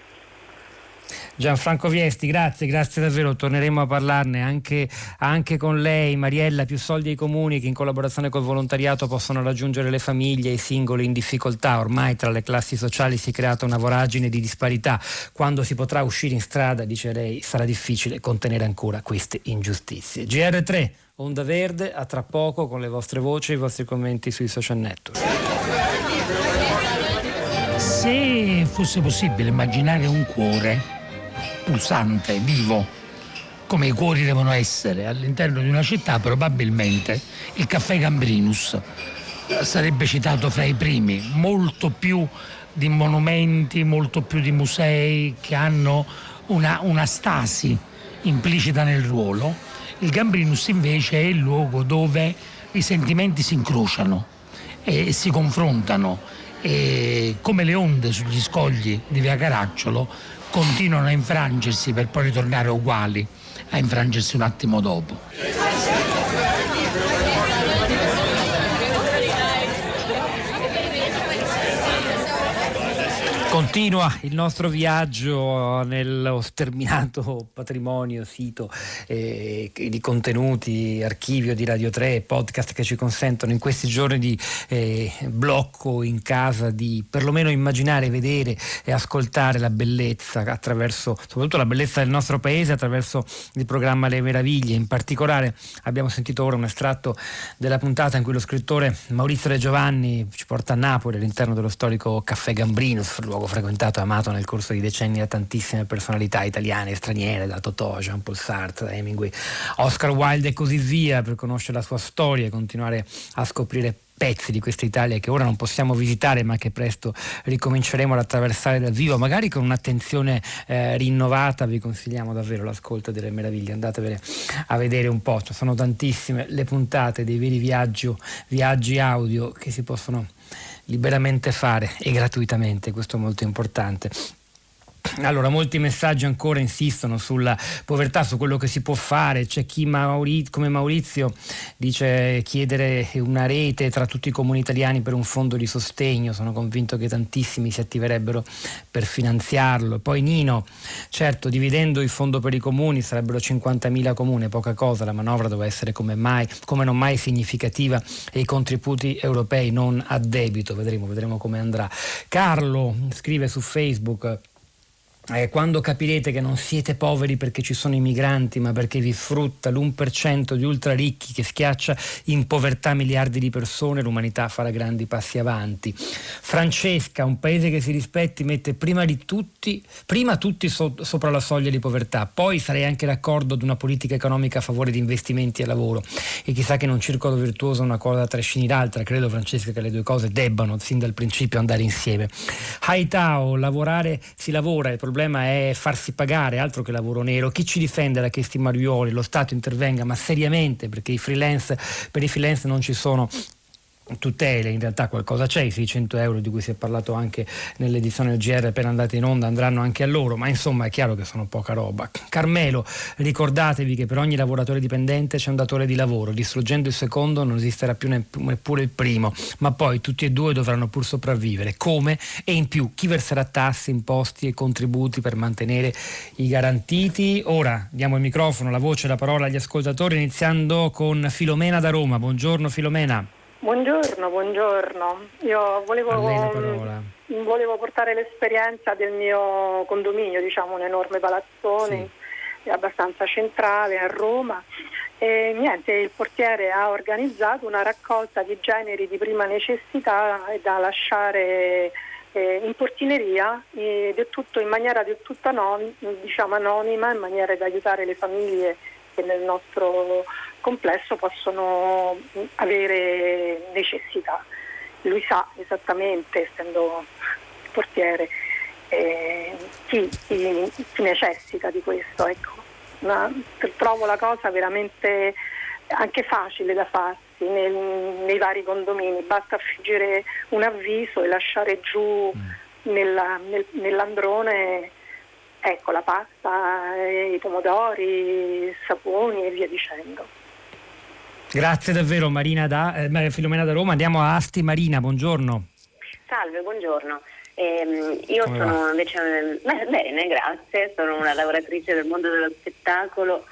Gianfranco Viesti, grazie, grazie davvero, torneremo a parlarne anche, anche con lei. Mariella, più soldi ai comuni che in collaborazione col volontariato possono raggiungere le famiglie e i singoli in difficoltà. Ormai tra le classi sociali si è creata una voragine di disparità. Quando si potrà uscire in strada, dice lei, sarà difficile contenere ancora queste ingiustizie. G R tre, Onda Verde, a tra poco con le vostre voci e i vostri commenti sui social network. Se fosse possibile immaginare un cuore pulsante, vivo, come i cuori devono essere all'interno di una città, probabilmente il caffè Gambrinus sarebbe citato fra i primi, molto più di monumenti, molto più di musei che hanno una, una stasi implicita nel ruolo. Il Gambrinus invece è il luogo dove i sentimenti si incrociano e si confrontano, e come le onde sugli scogli di Via Caracciolo continuano a infrangersi per poi ritornare uguali a infrangersi un attimo dopo. Continua il nostro viaggio nello sterminato patrimonio, sito eh, di contenuti, archivio di Radio tre, podcast che ci consentono in questi giorni di eh, blocco in casa di perlomeno immaginare, vedere e ascoltare la bellezza attraverso, soprattutto la bellezza del nostro paese, attraverso il programma Le Meraviglie. In particolare abbiamo sentito ora un estratto della puntata in cui lo scrittore Maurizio De Giovanni ci porta a Napoli all'interno dello storico Caffè Gambrinus, luogo frequentato e amato nel corso di decenni da tantissime personalità italiane e straniere, da Totò, Jean-Paul Sartre, Hemingway, Oscar Wilde e così via, per conoscere la sua storia e continuare a scoprire pezzi di questa Italia che ora non possiamo visitare ma che presto ricominceremo ad attraversare dal vivo, magari con un'attenzione eh, rinnovata. Vi consigliamo davvero l'ascolto delle meraviglie, andatevele a vedere un po', cioè, sono tantissime le puntate dei veri viaggi, viaggi audio che si possono liberamente fare e gratuitamente, questo è molto importante. Allora, molti messaggi ancora insistono sulla povertà, su quello che si può fare. C'è chi Mauri- come Maurizio dice chiedere una rete tra tutti i comuni italiani per un fondo di sostegno, sono convinto che tantissimi si attiverebbero per finanziarlo. Poi Nino, certo, dividendo il fondo per i comuni sarebbero cinquantamila comuni, poca cosa, la manovra doveva essere come mai, come non mai significativa e i contributi europei non a debito, vedremo, vedremo come andrà. Carlo scrive su Facebook: Eh, quando capirete che non siete poveri perché ci sono i migranti, ma perché vi sfrutta l'uno per cento di ultraricchi che schiaccia in povertà miliardi di persone, l'umanità farà grandi passi avanti. Francesca, un paese che si rispetti mette prima di tutti, prima tutti so, sopra la soglia di povertà, poi sarei anche d'accordo ad una politica economica a favore di investimenti e lavoro, e chissà che in un circolo virtuoso una cosa trascini l'altra. Credo, Francesca, che le due cose debbano sin dal principio andare insieme. Haitao, lavorare si lavora, il problema Il problema è farsi pagare, altro che lavoro nero. Chi ci difende da questi mariuoli? Lo Stato intervenga, ma seriamente, perché i freelance, per i freelance non ci sono tutele, in realtà qualcosa c'è, i seicento euro di cui si è parlato anche nell'edizione G R appena andata in onda andranno anche a loro, ma insomma è chiaro che sono poca roba. Carmelo, ricordatevi che per ogni lavoratore dipendente c'è un datore di lavoro, distruggendo il secondo non esisterà più neppure il primo, ma poi tutti e due dovranno pur sopravvivere. Come? E in più chi verserà tasse, imposti e contributi per mantenere i garantiti? Ora diamo il microfono, la voce, la parola agli ascoltatori, iniziando con Filomena da Roma. Buongiorno Filomena. Buongiorno, buongiorno. Io volevo, volevo portare l'esperienza del mio condominio, diciamo un enorme palazzone, sì, abbastanza centrale a Roma, e niente, il portiere ha organizzato una raccolta di generi di prima necessità da lasciare eh, in portineria, ed è tutto in maniera del tutto anon- diciamo anonima, in maniera da aiutare le famiglie che nel nostro complesso possono avere necessità. Lui sa esattamente, essendo portiere, eh, chi, chi, chi necessita di questo. Ecco. Ma trovo la cosa veramente anche facile da farsi nel, nei vari condomini, basta affiggere un avviso e lasciare giù mm. nella, nel, nell'androne, ecco, la pasta, i pomodori, i saponi e via dicendo. Grazie davvero Marina da, eh, Filomena da Roma. Andiamo a Asti. Marina, buongiorno. Salve, buongiorno. Eh, io Come sono va? invece beh, bene, grazie, sono una lavoratrice del mondo dello spettacolo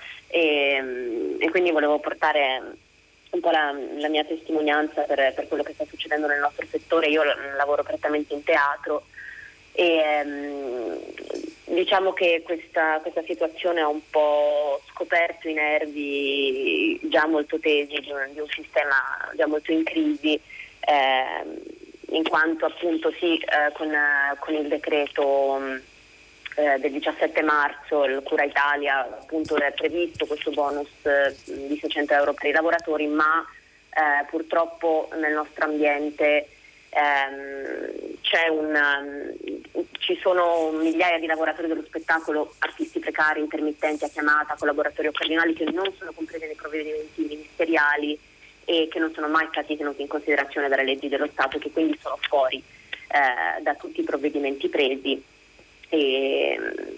e, e quindi volevo portare un po' la, la mia testimonianza per, per quello che sta succedendo nel nostro settore. Io lavoro prettamente in teatro e ehm, diciamo che questa, questa situazione ha un po' scoperto i nervi già molto tesi di un, di un sistema già molto in crisi, ehm, in quanto appunto sì, eh, con, con il decreto eh, del diciassette marzo il Cura Italia appunto è previsto questo bonus eh, di seicento euro per i lavoratori, ma eh, purtroppo nel nostro ambiente ehm, c'è un, um, ci sono migliaia di lavoratori dello spettacolo, artisti precari, intermittenti a chiamata, collaboratori occasionali che non sono compresi nei provvedimenti ministeriali e che non sono mai stati tenuti in considerazione dalle leggi dello Stato, che quindi sono fuori eh, da tutti i provvedimenti presi e,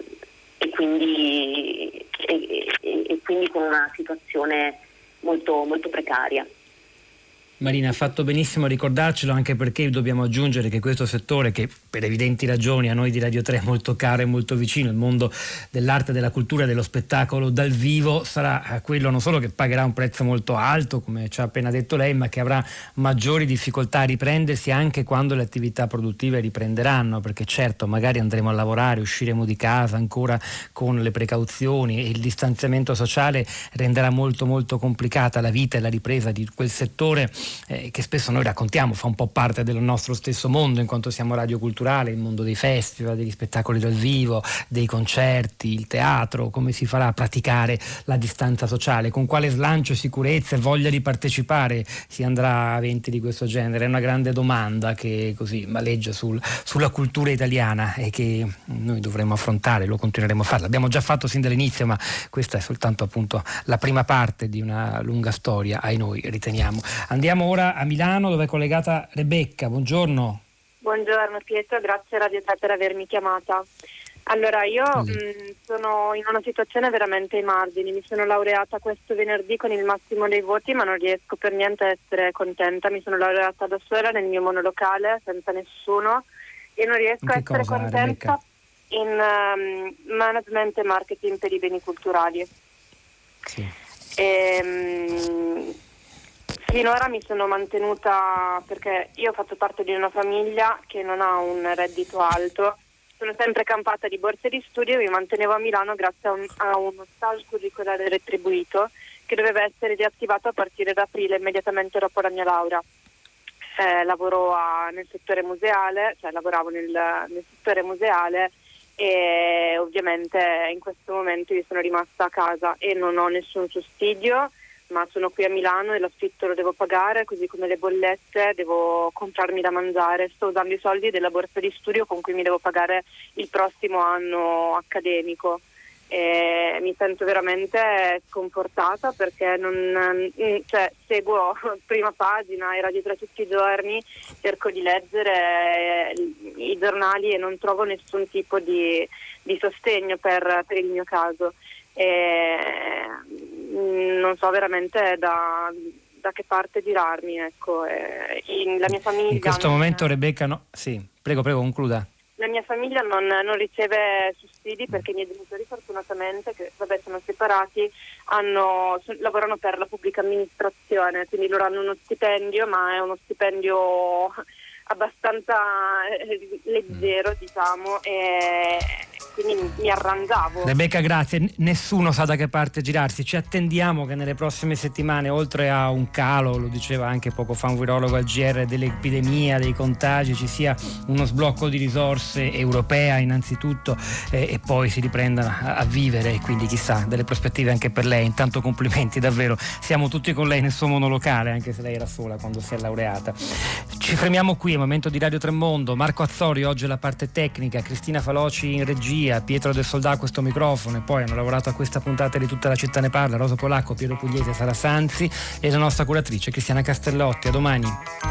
e, quindi, e, e, e quindi con una situazione molto, molto precaria. Marina, ha fatto benissimo a ricordarcelo, anche perché dobbiamo aggiungere che questo settore, che per evidenti ragioni a noi di Radio tre è molto caro e molto vicino, il mondo dell'arte, della cultura e dello spettacolo dal vivo, sarà quello non solo che pagherà un prezzo molto alto, come ci ha appena detto lei, ma che avrà maggiori difficoltà a riprendersi anche quando le attività produttive riprenderanno, perché certo magari andremo a lavorare, usciremo di casa ancora con le precauzioni e il distanziamento sociale renderà molto molto complicata la vita e la ripresa di quel settore Eh, che spesso noi raccontiamo, fa un po' parte del nostro stesso mondo in quanto siamo radio culturale, il mondo dei festival, degli spettacoli dal vivo, dei concerti, il teatro. Come si farà a praticare la distanza sociale? Con quale slancio, sicurezza e voglia di partecipare si andrà a eventi di questo genere? È una grande domanda che così maleggia sul, sulla cultura italiana e che noi dovremo affrontare, lo continueremo a fare. L'abbiamo già fatto sin dall'inizio, ma questa è soltanto appunto la prima parte di una lunga storia, ai noi riteniamo. Andiamo ora a Milano, dove è collegata Rebecca. Buongiorno. Buongiorno Pietro, grazie a Radio tre per avermi chiamata. Allora, io mh, sono in una situazione veramente ai margini. Mi sono laureata questo venerdì con il massimo dei voti, ma non riesco per niente a essere contenta. Mi sono laureata da sola nel mio monolocale, senza nessuno, e non riesco a essere cosa, contenta Rebecca? in um, management e marketing per i beni culturali. Sì. E, um, Finora mi sono mantenuta, perché io ho fatto parte di una famiglia che non ha un reddito alto, sono sempre campata di borse di studio e mi mantenevo a Milano grazie a, un, a uno stage curricolare retribuito che doveva essere riattivato a partire da aprile, immediatamente dopo la mia laurea. Eh, lavoro a, nel settore museale, cioè lavoravo nel, nel settore museale e ovviamente in questo momento io sono rimasta a casa e non ho nessun sussidio, ma sono qui a Milano e l'affitto lo devo pagare, così come le bollette, devo comprarmi da mangiare, sto usando i soldi della borsa di studio con cui mi devo pagare il prossimo anno accademico e mi sento veramente sconfortata perché non, cioè, seguo Prima Pagina e Radio tre tutti i giorni, cerco di leggere i giornali e non trovo nessun tipo di, di sostegno per, per il mio caso. E non so veramente da, da che parte girarmi, ecco. E in, la mia famiglia in questo non, momento Rebecca no, sì, prego prego concluda. La mia famiglia non, non riceve sussidi perché i miei genitori fortunatamente, che vabbè sono separati, hanno, lavorano per la pubblica amministrazione, quindi loro hanno uno stipendio, ma è uno stipendio abbastanza leggero, diciamo, e quindi mi arrangiavo. Rebecca, grazie. Nessuno sa da che parte girarsi. Ci attendiamo che nelle prossime settimane, oltre a un calo, lo diceva anche poco fa un virologo al G R, dell'epidemia, dei contagi, ci sia uno sblocco di risorse europea innanzitutto eh, e poi si riprendano a, a vivere, e quindi chissà, delle prospettive anche per lei. Intanto complimenti, davvero. Siamo tutti con lei nel suo monolocale, anche se lei era sola quando si è laureata. Ci fermiamo qui, è momento di Radio tre Mondo. Marco Azzori oggi alla parte tecnica, Cristina Faloci in regia, Pietro del Soldà a questo microfono, e poi hanno lavorato a questa puntata di Tutta la città ne parla Rosa Polacco, Piero Pugliese, Sara Sanzi e la nostra curatrice Cristiana Castellotti. A domani.